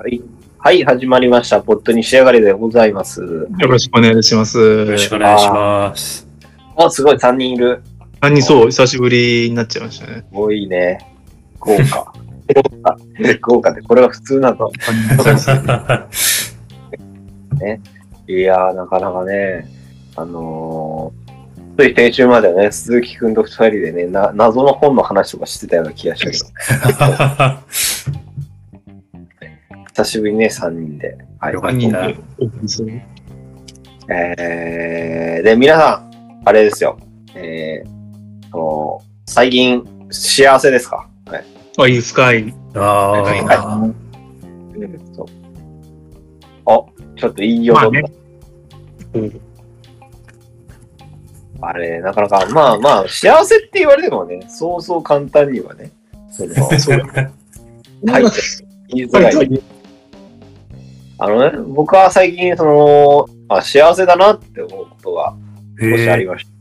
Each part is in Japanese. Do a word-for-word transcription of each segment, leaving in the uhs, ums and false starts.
はい、はい、始まりました。ポットに仕上がりでございます。よろしくお願いします。 よろしくお願いします。 あ、すごい、さんにんいる。 さんにん、そう、久しぶりになっちゃいましたね。 すごいね。豪華。豪華で、これは普通なの。ね、いやー、なかなかね、あのー、つい先週まではね、鈴木くんとふたりでね、な謎の本の話とかしてたような気がしたけど。久しぶりにね、さんにんで。 はい、よかった。 えー、で、皆さん、あれですよ。えー、と最近、幸せですか？はい。 あ、いい深い。 ああ、はい。 うん、そう。あ、ちょっといいよ、まあね、うん。あれ、なかなか、まあまあ、幸せって言われてもね、そうそう簡単にはね、その、はい、言いづらい。あのね、僕は最近、その、あ、幸せだなって思うことが少しありました。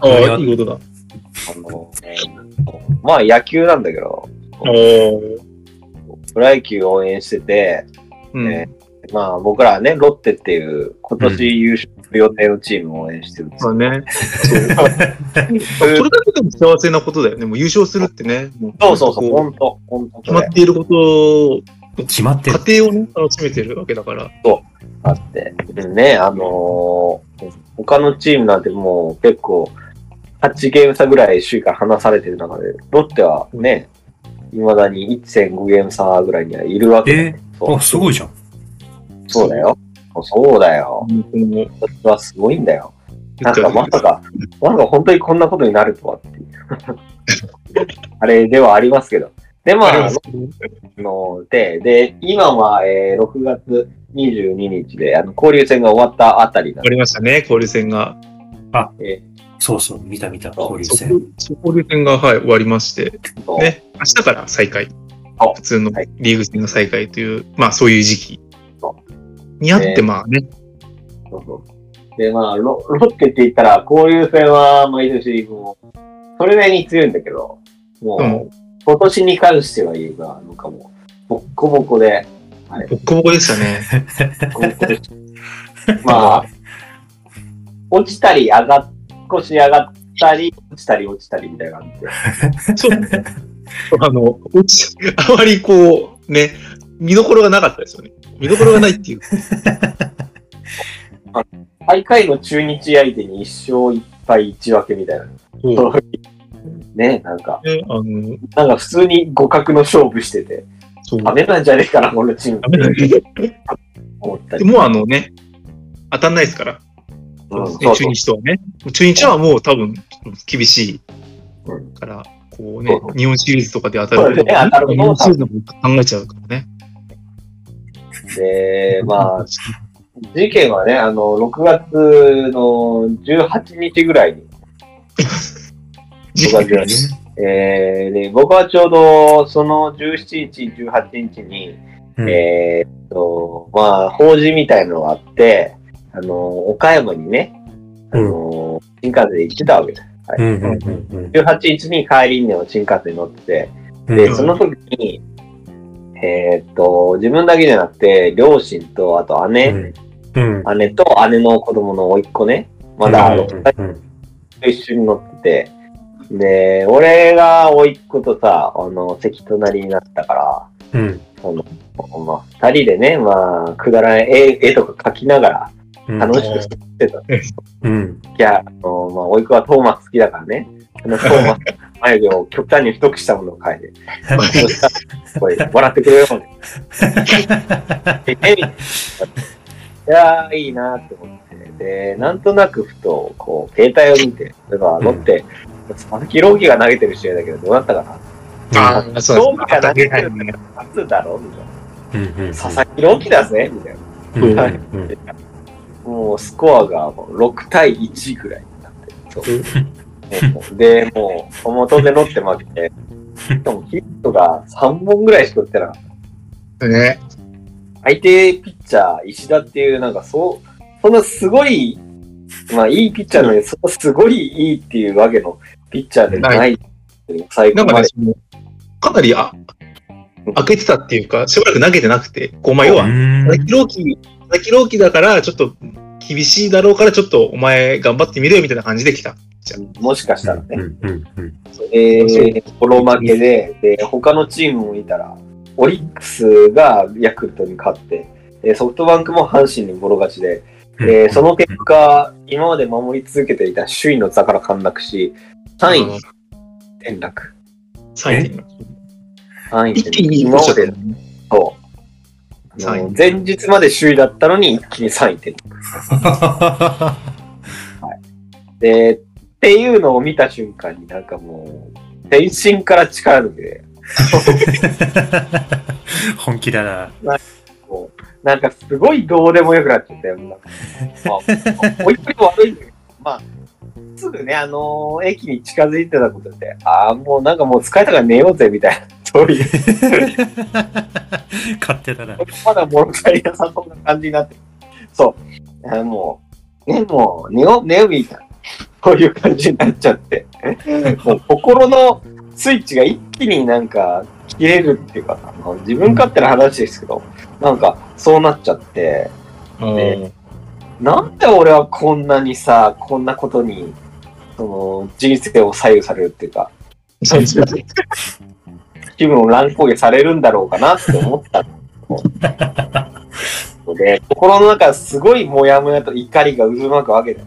ああ、いいことだ。 あの、まあ野球なんだけど、プロ野球応援してて、うん、えー、まあ僕らはね、ロッテっていう今年優勝する予定のチームを応援してるんですよ、うん、 ね。それだけでも幸せなことだよね。もう優勝するってね。 そうそうそう、本当本当決まっていることを、 決まってる。 家庭をね、楽しめてるわけだから。 そう。あって。でね、あのー、他のチームなんてもう結構、はちゲーム差ぐらい首位から離されてる中で、ロッテはね、未だに いってんご ゲーム差ぐらいにはいるわけだ、ね。 えー、あ、すごいじゃん。 そうだよ。そうだよ。それはすごいんだよ。なんかまさか、まさか本当にこんなことになるとはっていう。あれではありますけど。で、まあ、ので、で、今は、えー、ろくがつにじゅうににちで、あの、交流戦が終わったあたり終わりましたね、交流戦が。 あ、えー、そうそう、見た見た、交流戦。 交流戦が、はい、終わりまして、ね、明日から再開。普通のリーグ戦の再開という、はい、まあ、そういう時期にあって、まあね。 そうそう。で、まあロ、ロッテって言ったら、交流戦は毎年、もう、それなりに強いんだけど、もう、うん今年に関しては言えば、なんかもう、ボッコボコで。 はい、ボッコボコでしたね。 まあ、落ちたり上がっ、少し上がったり、落ちたり落ちたりみたいな感じで。 そうね。あの、落ち、あまりこう、ね、見どころがなかったですよね。見どころがないっていう。 大会の中日相手に一勝一敗一分けみたいな。ね、なんか、ね、あのー、なんか普通に互角の勝負してて、ダメなんじゃねえかな、このチーム。 思ったり。もうあのね、当たんないですから。うん、中日とはね。中日はもう多分厳しいから、こうね、そうそう日本シリーズとかで当たること、ね、当たることを考えちゃうからね。 で、まあ、事件はね、あの、ろくがつのじゅうはちにちぐらいに、えー、で僕はちょうどそのじゅうしちにち、じゅうはちにちに、うん、えー、っと、まあ、法事みたいなのがあって、あの、岡山にね、あの、うん、新幹線で行ってたわけです。はい、うんうんうんうん、じゅうはちにちに帰りの新幹線に乗ってて、で、うん、その時に、えー、っと、自分だけじゃなくて、両親と、あと姉、うんうん、姉と姉の子供の甥っ子ね、まだろっかいと一緒に乗ってて、で、俺が甥っ子とさ、あの、席隣になったから、うん。その、まあ、二人でね、まあ、くだらない絵、絵とか描きながら、楽しくしてた。うん。いや、あの、まあ、甥っ子はトーマス好きだからね、そのトーマス眉毛を極端に太くしたものを描いて、そしたら、これ、笑ってくれるもんね。いやー、いいなーって思って、で、なんとなくふと、こう、携帯を見て、例えば、乗って、うん佐々木朗希が投げてる試合だけど、どうなったかなああ、そうですね。朗希が投げてるんだけど、勝つだろみたいな、うんうん。佐々木朗希だぜみたいな、うんうん。もうスコアがろくたいいちぐらいになって。そうで、もう、表で乗って負けて、しかもヒットがさんぼんぐらいしか打ってなかった。ね。相手ピッチャー、石田っていう、なんかそう、そんなすごい、まあいいピッチャーなのに、そんなすごいいいっていうわけの、ピッチャーでない。 最後まで。なんかね、かなり、あ、 開けてたっていうか、しばらく投げてなくて、こう、まあ、要は、佐々木朗希、佐々木朗希だから、ちょっと厳しいだろうから、ちょっとお前頑張ってみるよみたいな感じで来た。 もしかしたらね。 うんうんうん、 えー、ボロ負けで、で、他のチームもいたら、オリックスがヤクルトに勝って、ソフトバンクも阪神にボロ勝ちで、えー、その結果、今まで守り続けていた首位の座から陥落し、さんいに転落。 さんい転落。 さんい一気に今まで、 そう。前日まで首位だったのに一気にさんい転落。はい、で、っていうのを見た瞬間になんかもう、全身から力抜けで。 本気だな。 なんかすごいどうでもよくなっちゃったよ。まあ、追い込み悪いんだけど、まあ、すぐね、あのー、駅に近づいてたことで、ああ、もうなんかもう疲れたから寝ようぜ、みたいな。そういう。 勝手だな。 まだ物足りなさそうな感じになってる。そう。あもう、ね、もう、寝よう、寝よう、みたいな。こういう感じになっちゃって。もう心のスイッチが一気になんか切れるっていうかさ、自分勝手な話ですけど、なんかそうなっちゃって、でなんで俺はこんなにさ、こんなことに、その人生を左右されるっていうか、気分を乱高下されるんだろうかなって思ったので、心の中すごいモヤモヤと怒りが渦巻くわけだよ。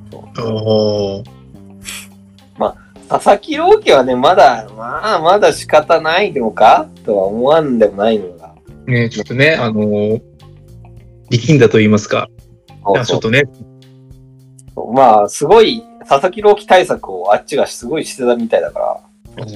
まあ、佐々木朗希はね、まだ、まあ、まだ仕方ないのかとは思わんでもないのが。 ね、ちょっとね、あのー、力んだと言いますか。そうそうちょっとね。 まあ、すごい、佐々木朗希対策をあっちがすごいしてたみたいだから。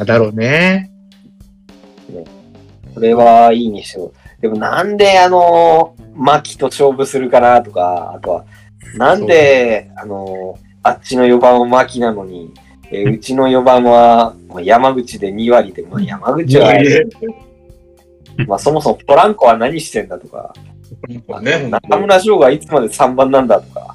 だろうね。 ねそれはいいにしろ。でもなんであの、牧と勝負するかなとか、あとは、なんで、あの、あっちのよばんは牧なのに、えー、うちのよばんは山口でにわりで、まあ、山口は、まあそもそもポランコは何してんだとか、ね、中村翔がいつまでさんばんなんだとか。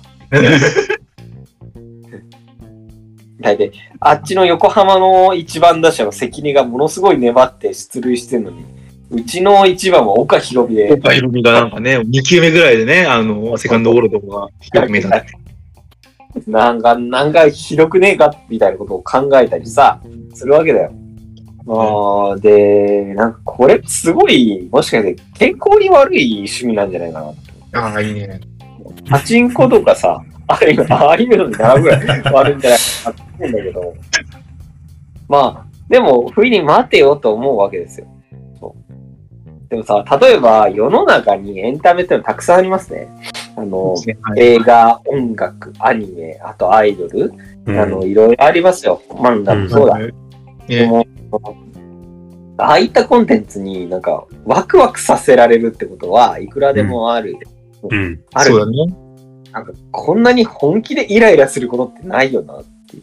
大体、あっちの横浜のいちばん打者の関根がものすごい粘って出塁してるのに、うちのいちばんは岡博美で。 岡博美がなんかね、にきゅうめぐらいでね、あの、セカンドゴロとかがよく見えた。 なんか、なんかひどくねえかみたいなことを考えたりさ、するわけだよ。あで、なんかこれすごい、もしかして健康に悪い趣味なんじゃないかな。 ああ、いいね。 パチンコとかさ、ああいうああいうのに並ぶぐらい悪いんじゃないかなって思うんだけど、まあ、でも、不意に待てよと思うわけですよ。そうでもさ、例えば世の中にエンタメってのたくさんありますね。あの、はい、映画、音楽、アニメ、あとアイドル、うん、あの、いろいろありますよ。漫画もそうだ。うんでも、ああいったコンテンツになんかワクワクさせられるってことはいくらでもある。 うん、 ある。 そうだね。 なんかこんなに本気でイライラすることってないよなっていう。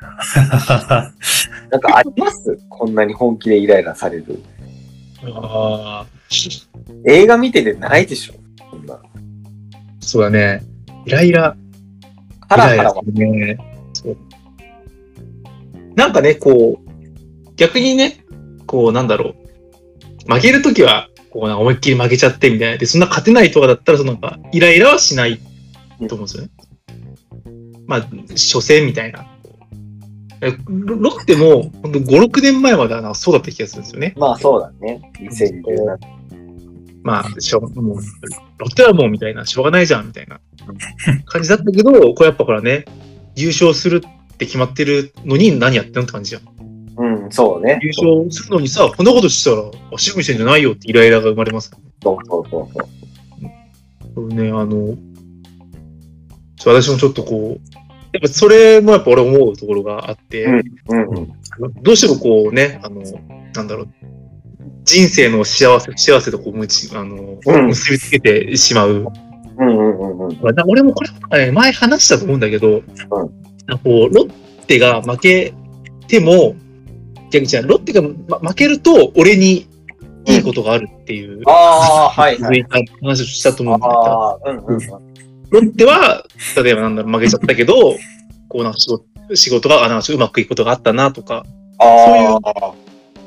なんかありますこんなに本気でイライラされる。 あ映画見ててないでしょそんな。 そうだね。イライラ。 ハラハラはね。そう。なんかね、こう、逆にね、こうなんだろう。負けるときは、こうなんか思いっきり負けちゃってみたいな。で、そんな勝てないとかだったら、そのなんか、イライラはしないと思うんですよね。まあ、初戦みたいな。ロ, ロッテも、ほんとご、ろくねんまえまではなんかそうだった気がするんですよね。 まあそうだね。にせんじゅうななまあ、しょうもう、ロッテはもうみたいな、しょうがないじゃんみたいな感じだったけど、これやっぱほらね、優勝するって決まってるのに何やってんのって感じじゃん。 うん、そうね。 優勝するのにさ、こんなことしたら、足踏みしてんじゃないよってイライラが生まれます、ね。 そうそうそうそう。 これね、あの、私もちょっとこう、やっぱそれもやっぱ俺思うところがあって、 うんうんうん、 どうしてもこうね、あの、なんだろう、人生の幸せ、幸せとこうむちあの、うん、結びつけてしまう。 うんうんうんうん、 俺もこれ、前話したと思うんだけど、うん、こうロッテが負けても、逆にじゃあロッテが、ま、負けると俺にいいことがあるっていう、うん、 ああ、はい、 続いた話をしたと思うんだけど、 あうんうんうん、 ロッテは、例えばなんだろう、負けちゃったけど、こうなんか仕事、仕事が、あなんかうまくいくことがあったなとか、 あそういう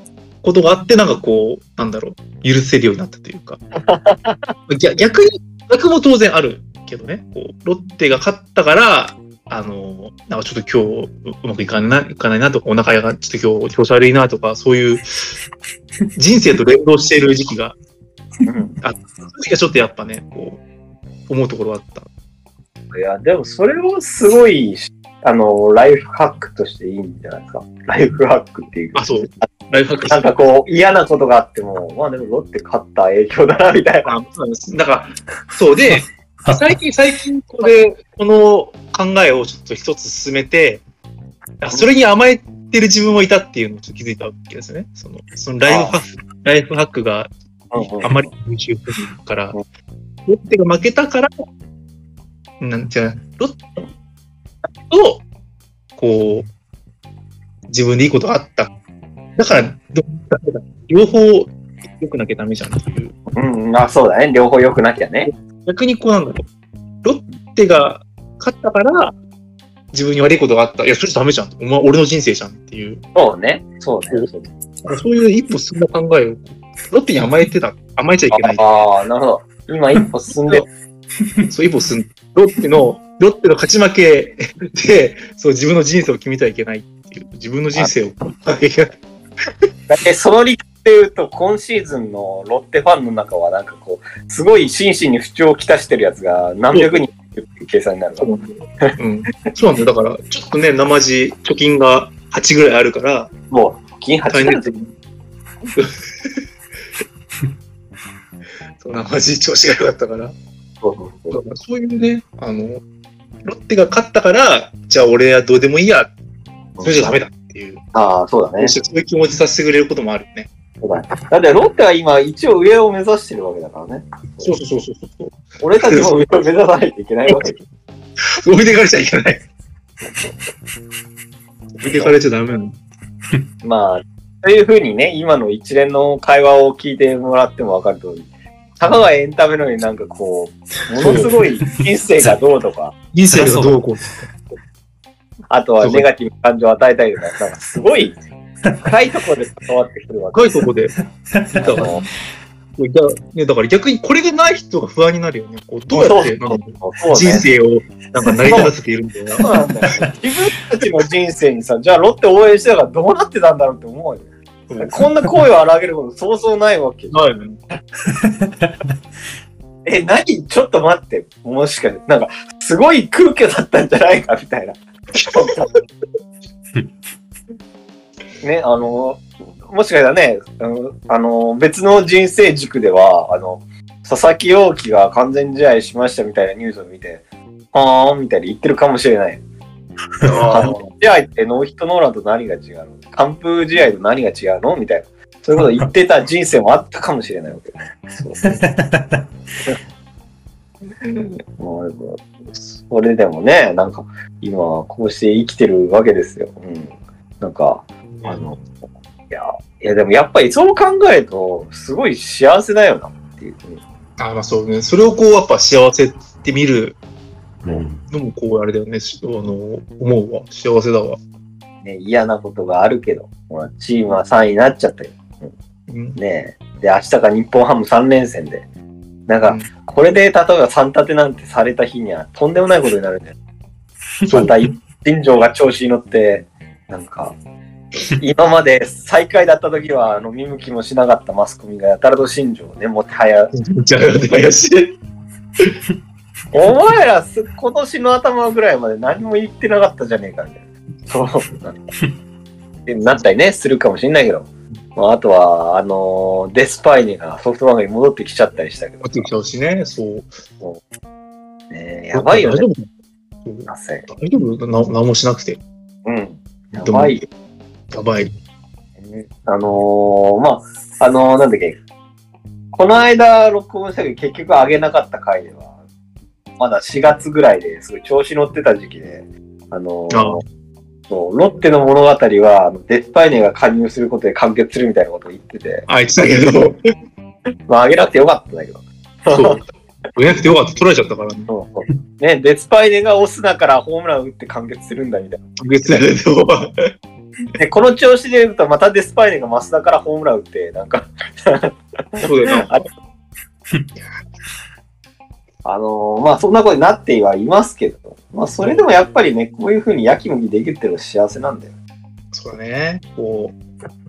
ことがあって、なんかこう、なんだろう、許せるようになったというか。逆に、逆も当然あるけどね、こうロッテが勝ったから、あの、なんかちょっと今日うまくいかないな、いかないなとか、お腹がちょっと今日調子悪いなとか、そういう人生と連動している時期があった。その時はちょっとやっぱね、こう、思うところがあった。 いや、でもそれをすごい、あの、ライフハックとしていいんじゃないですか。ライフハックっていう。 あ、そう。ライフハック。 なんかこう、嫌なことがあっても、まあでもロッテ勝った影響だな、みたいな。 だから、そうで、最近、最近これ、この考えをちょっと一つ進めて、それに甘えてる自分もいたっていうのをちょっと気づいたわけですよね。その、そのライフハック、ライフハックがあまり優秀から、ロッテが負けたから、なんじゃ、ロッテと、こう、自分でいいことがあった。だから、両方良くなきゃダメじゃんっていう。 うん、あ、そうだね。両方良くなきゃね。 逆にこうなんだろう。ロッテが勝ったから、自分に悪いことがあった。いや、それじゃダメじゃん。お前、俺の人生じゃんっていう。 そうね。そうね。 そうそういう一歩進んだ考えを、ロッテに甘えてた。甘えちゃいけない。 ああ、なるほど。今一歩進んで。 そう、一歩進んで。ロッテの、ロッテの勝ち負けで、そう、自分の人生を決めてはいけないっていう。自分の人生を決めてはいけない。 だってその理屈で言うと、今シーズンのロッテファンの中はなんかこう、すごい心身に不調をきたしてるやつが何百人いるっていう計算になるから。 うん。そうなんだよ。だから、ちょっとね、生地、貯金がはちぐらいあるから、 もう、金はちぐらい。 そう、生地調子が良かったから。そうそうそう。そういうね、あの、ロッテが勝ったから、じゃあ俺はどうでもいいや。それじゃダメだっていう。 ああ、そうだね。 そういう気持ちさせてくれることもあるよね。 そうだね。だってロッテは今一応上を目指してるわけだからね。 そうそうそうそうそう。 俺たちも上を目指さないといけないわけ。 置いてかれちゃいけない。置いてかれちゃダメなの。 まあ、そういうふうにね、今の一連の会話を聞いてもらっても分かる通り、たかがエンタメのようになんかこう、ものすごい人生がどうとか、 人生がどうこう。あとはネガティブ感情を与えたりとか、なんかすごい深いところで関わってくるわけ。 深いところで。だから、ね、だから逆にこれがない人が不安になるよね。こうどうやってなんか人生をなんか成り立たせているんだよな。 そうなんだよ。自分たちの人生にさ、じゃあロッテ応援してたからどうなってたんだろうって思うよ。うん、こんな声を荒げることそうそうないわけ。 ないね。 え、何ちょっと待って。もしかして、なんか、すごい空虚だったんじゃないかみたいな。ね、あの、もしかしたらね、あの、あの別の人生軸では、あの、佐々木朗希が完全試合しましたみたいなニュースを見て、はーんみたいに言ってるかもしれない。あの試合ってノーヒットノーランと何が違うの？完封試合と何が違うのみたいな。そういうことを言ってた人生もあったかもしれないわけ。もうそれでもね、なんか今こうして生きてるわけですよ。うん、なんか、あの、いや、いやでもやっぱりそう考えると、すごい幸せだよなっていう。 あ、まあそうね。それをこうやっぱ幸せって見るのもこうあれだよね。あの、思うわ。幸せだわ。 ね、嫌なことがあるけど、ほらチームはさんいになっちゃったよ。うん、ねえ。で、明日が日本ハムさん連戦で。なんか、うん、これで例えばさん立てなんてされた日にはとんでもないことになるんだよ。また新庄が調子に乗って、なんか、今まで最下位だった時はあの見向きもしなかったマスコミがやたらと新庄をね、もてはや。お前ら今年の頭ぐらいまで何も言ってなかったじゃねえかみたいな。そうなったりね、するかもしれないけど。まあ、あとは、あのー、デスパイネがソフトバンクに戻ってきちゃったりしたけど。 戻ってきちゃうしね、そう。 そうねえ、やばいよね。 大丈夫な、何もしなくて。 うん。やばいよ。 やばい。 あのー、まあ、あのー、なんだっけ。この間録音したけど結局上げなかった回では、まだしがつぐらいですごい調子乗ってた時期で、あのー、ああそうロッテの物語はデスパイネが加入することで完結するみたいなことを言ってて。 あ、言ってたけど。 まあ、あげなくてよかったんだけど。 そう。あげなくてよかった。取られちゃったからね。 そうそうね、デスパイネがオスだからホームラン打って完結するんだみたいな。 完結するけど。 でこの調子で言うと、またデスパイネが増田からホームラン打って、なんかそうだよな。 あのー、まあそんなことになってはいますけど、まあそれでもやっぱりね、こういう風にやきもきできるっていうのは幸せなんだよ。 そうだね。こう、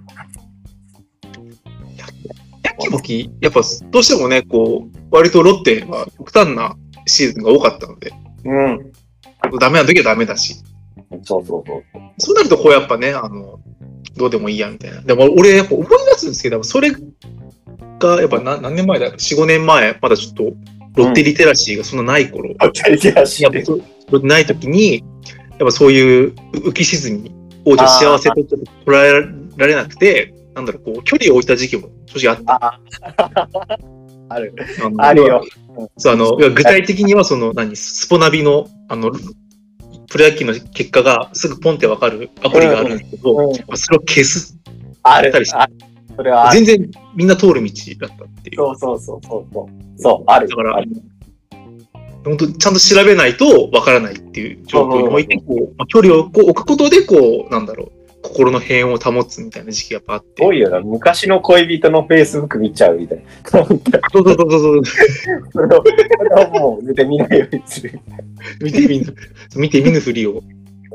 やきもき、やっぱどうしてもね、こう、割とロッテは極端なシーズンが多かったので、 うん。 ダメな時はダメだし。 そうそうそう。 そうなると、こうやっぱね、あの、どうでもいいやみたいな。でも俺、やっぱ思い出すんですけど、それがやっぱ何, 何年前だろう、よん、ごねんまえ、まだちょっとロッテリテラシーがそんなない頃、うん、ロッテリテラシーやっぱそない時に、やっぱそういう浮き沈みを幸せとちょっと捉えられなくて、なんだろう、こう、距離を置いた時期も正直あった。 あ, ある。 あ, あるよ。そう、あの、具体的にはその、何、スポナビの、あの、プロ野球の結果がすぐポンってわかるアプリがあるんですけど、うんうん、それを消す。 ある。ある。それは全然みんな通る道だったっていう。 そうそうそうそうそう。そう、ある。 だから、本当ちゃんと調べないとわからないっていう状況において、こう、まあ、距離をこう置くことで、こう、なんだろう、心の平穏を保つみたいな時期がやっぱあって。 すごいよな、昔の恋人のフェイスブック見ちゃうみたいな。 そうそうそうそう。 それをもう見て見ないようにする。 見て見ぬ、見て見ぬふりを。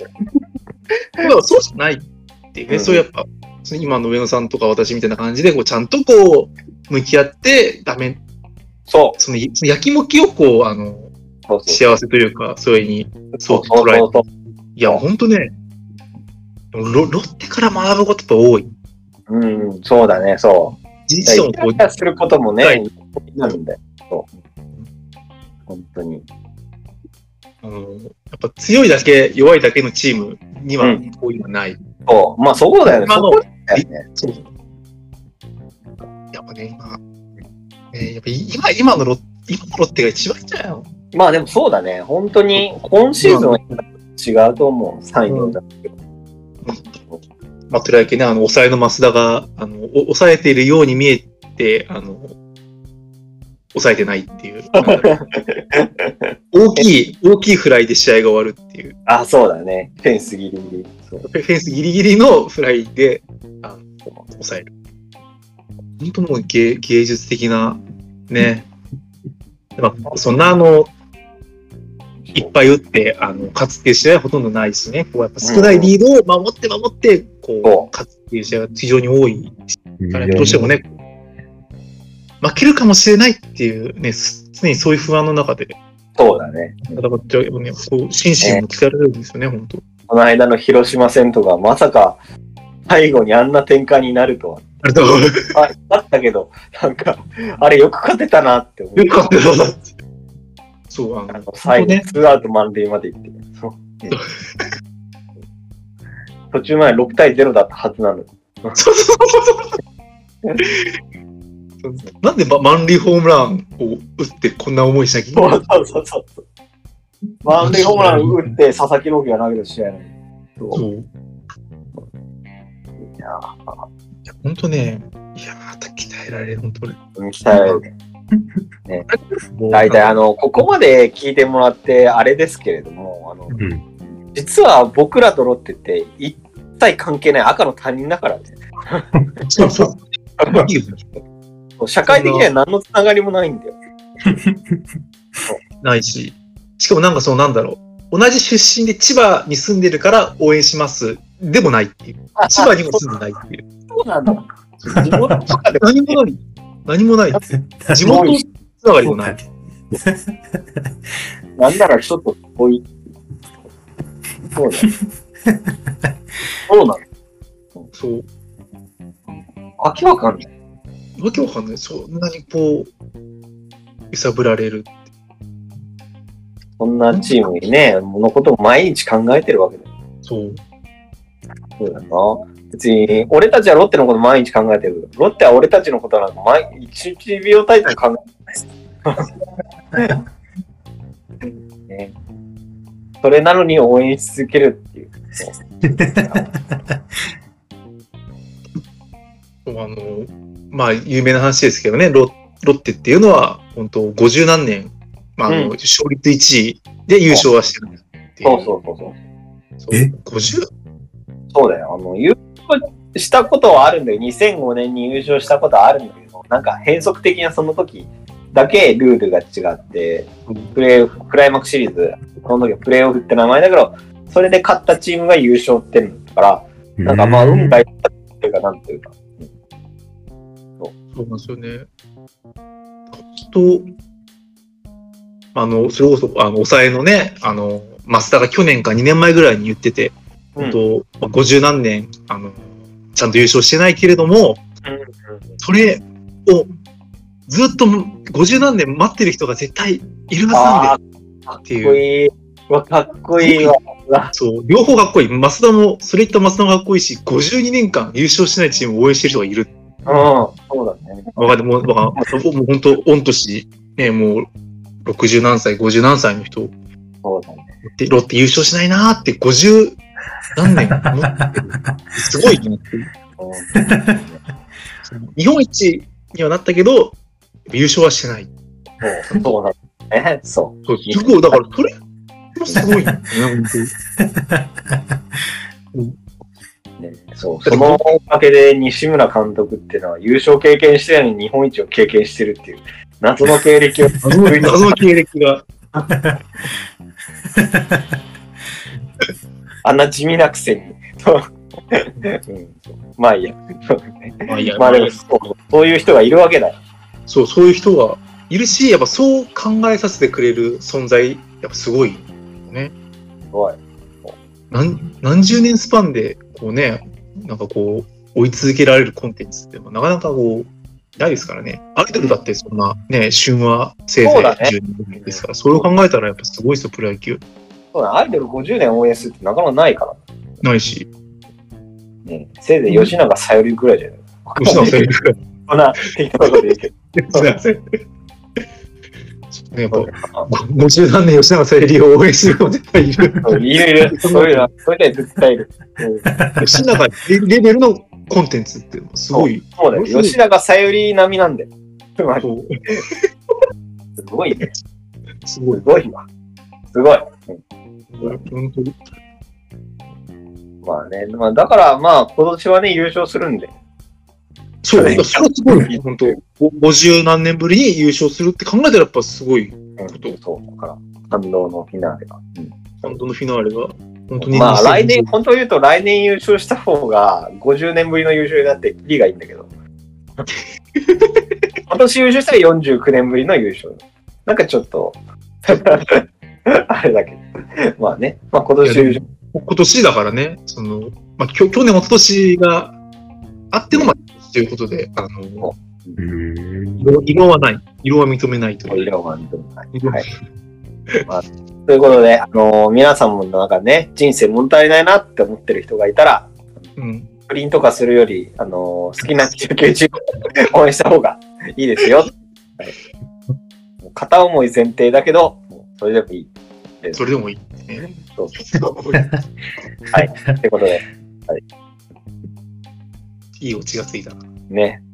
そうじゃないっていうね、うん、そうやっぱ、今の上野さんとか私みたいな感じで、こうちゃんとこう、向き合ってダメ。 そう。 そのやきもきをこう、あの、そうそう幸せというか、それに、そう捉える。いや、ほんとね、ロ, ロッテから学ぶことって多い。 うん、そうだね、そう。 実際にこう、することもね、はい、なんだよ。そう。本当に。 あの、やっぱ強いだけ、弱いだけのチームには、こういうのはない。うん、 そう。まあ、そこだよね。そこだよね。 そう。やっぱね、今、ね、やっぱ今、今のロッテ、今のロッテが一番いいんじゃないの？ まあでもそうだね。本当に、今シーズンは違うと思う。さんいだけど。 まあ、とりあえずね、あの、抑えの増田が、あの、抑えているように見えて、あの、抑えてないっていう。大きい、大きいフライで試合が終わるっていう。 あ、そうだね。フェンスギリギリ。 フェンスギリギリのフライで、あの、抑える。本当もう芸、芸術的な、ね。まあ、そんなあの、いっぱい打って、あの、勝つっていう試合はほとんどないしね。こうやっぱ少ないリードを守って守って、こう、勝つっていう試合が非常に多いから、どうしてもね、負けるかもしれないっていうね、常にそういう不安の中で。 そうだね。 だから、ね、こう心身も疲れるんですよね、本当。 この間の広島戦とか、まさか、最後にあんな展開になるとは。 あれだあ、あったけど、なんか、あれよく勝てたなって思う。 よく勝てたなって。そう、あの、 あの最後、ね、ツーアウト満塁まで行って。そう途中までろくたいゼロだったはずなの。そうそうそうそう。なんで、ま、満塁ホームランを打ってこんな思いしなきゃいけないの？ そうそうそうそう。満塁ホームランを打って佐々木朗希が投げる試合なの。 そう。いやー、ほんとね、いやー、鍛えられる、ほんとに。 鍛えられる。ね、大体あのここまで聞いてもらってあれですけれども、あの、うん、実は僕らとロッテって一切関係ない赤の他人だからね。 そうそう。 社会的には何のつながりもないんだよ。 ないし、しかもなんかそうなんだろう。同じ出身で千葉に住んでるから応援しますでもないっていう。千葉にも住んでないっていう。 そうなんだ。地元とかで何もない。何もない。地元つながりもない。 なんならちょっと遠い。そうだ。そうなの。 そう。 わけわかんない。 わけわかんない。そんなにこう、揺さぶられる。 そんなチームにね、のことを毎日考えてるわけだよ。 そう。 そうだな。別に、俺たちはロッテのこと毎日考えてる。ロッテは俺たちのことなんか毎日いちびょう単位で考えてない。ね、それなのに応援し続けるっていう。 あの、まあ、有名な話ですけどね、ロ、ロッテっていうのは、本当ごじゅうなんねん、まあ、あの、うん、勝率いちいで優勝はしてるっていう。 そうそうそうそう。 そうえ ?ごじゅう? そうだよ。あの、優勝したことはあるんだよ。にせんごねんに優勝したことはあるんだけど、なんか変則的なその時だけルールが違って、プレーオフ、クライマックスシリーズ、その時はプレーオフって名前だけど、それで勝ったチームが優勝ってんだから、なんかまあ、運がいったっていうか、なんていうか。 そうそうなんですよね。と、あの、それこそ、あの、抑えのね、あの、増田が去年かにねんまえぐらいに言ってて、うん、とごじゅうなんねん、あの、ちゃんと優勝してないけれども、うん、それをずっとごじゅうなんねん待ってる人が絶対いるはずなんだよっていう。 かっこいい。かっこいいわ。 そう、両方かっこいい。増田も、それ言った増田もかっこいいし、ごじゅうにねんかん優勝してないチームを応援してる人がいる。 うん、そうだね。 わかる、もう、もう本当、御年、ね、もう、ろくじゅうなんさい、ごじゅうなんさいの人、 そうだね。 ロッテ優勝しないなーってごじゅうなんねん思ってる。すごいなっていう。日本一にはなったけど、優勝はしてない。 そう、そうなんだね。そう。 そう、すごい、だから、それ、すごいね、本当に。 ね、そうそのおかげで西村監督っていうのは優勝経験してないのに日本一を経験してるっていう謎の経歴を謎の経歴があんな地味なくせに、うん、まあいいやまあいいやまあでもそう、そういう人がいるわけだよ。 そうそういう人がいるし、やっぱそう考えさせてくれる存在やっぱすごいね。 すごい。 何, 何十年スパンでこうね、なんかこう追い続けられるコンテンツってなかなかこうないですからね。アイドルだってそんなね、旬はせいぜいじゅうねんですから、それを考えたらやっぱすごいですよ、プロ野球。 そうだ、アイドルごじゅうねん応援するってなかなかないから。 ないし。 ね、せいぜい吉永小百合ぐらいじゃない。 吉永小百合ぐらい。 そんな適当なこと言うけど。 やっぱごじゅうなんねん吉永小百合を応援するの絶対いる。 いるいる。そういうのは、それで絶対いる。 吉永レベルのコンテンツってすごい。 そうだよ。吉永小百合並みなんだよ。すごいね。 すごい。 すごいわ。すごい。 本当に。 まあね、まあ、だからまあ今年はね、優勝するんで。 そう、それはすごい、本当。ごじゅうなんねんぶりに優勝するって考えたらやっぱすごいこと。 うん、そう、だから感動のフィナーレが。うん、 感動のフィナーレが。本当に。 まあ来年、本当に言うと来年優勝した方がごじゅうねんぶりの優勝になってキリがいいんだけど。今年優勝したらよんじゅうきゅうねんぶりの優勝。なんかちょっと、あれだけど。まあね、まあ今年優勝。 今年だからね、その、まあ去年、一昨年があってのまあということで、あの、色, 色はない。色は認めないという。 色は認めない。はい。まあ、ということで、あのー、皆さんもなんかね、人生物足りないなって思ってる人がいたら、うん、不倫とかするより、あのー、好きな中継中応援した方がいいですよ。はい、片思い前提だけど、それでもいい。 それでもいい。ね、 そうはい。ということで、はい。 いいオチがついたな。 ね。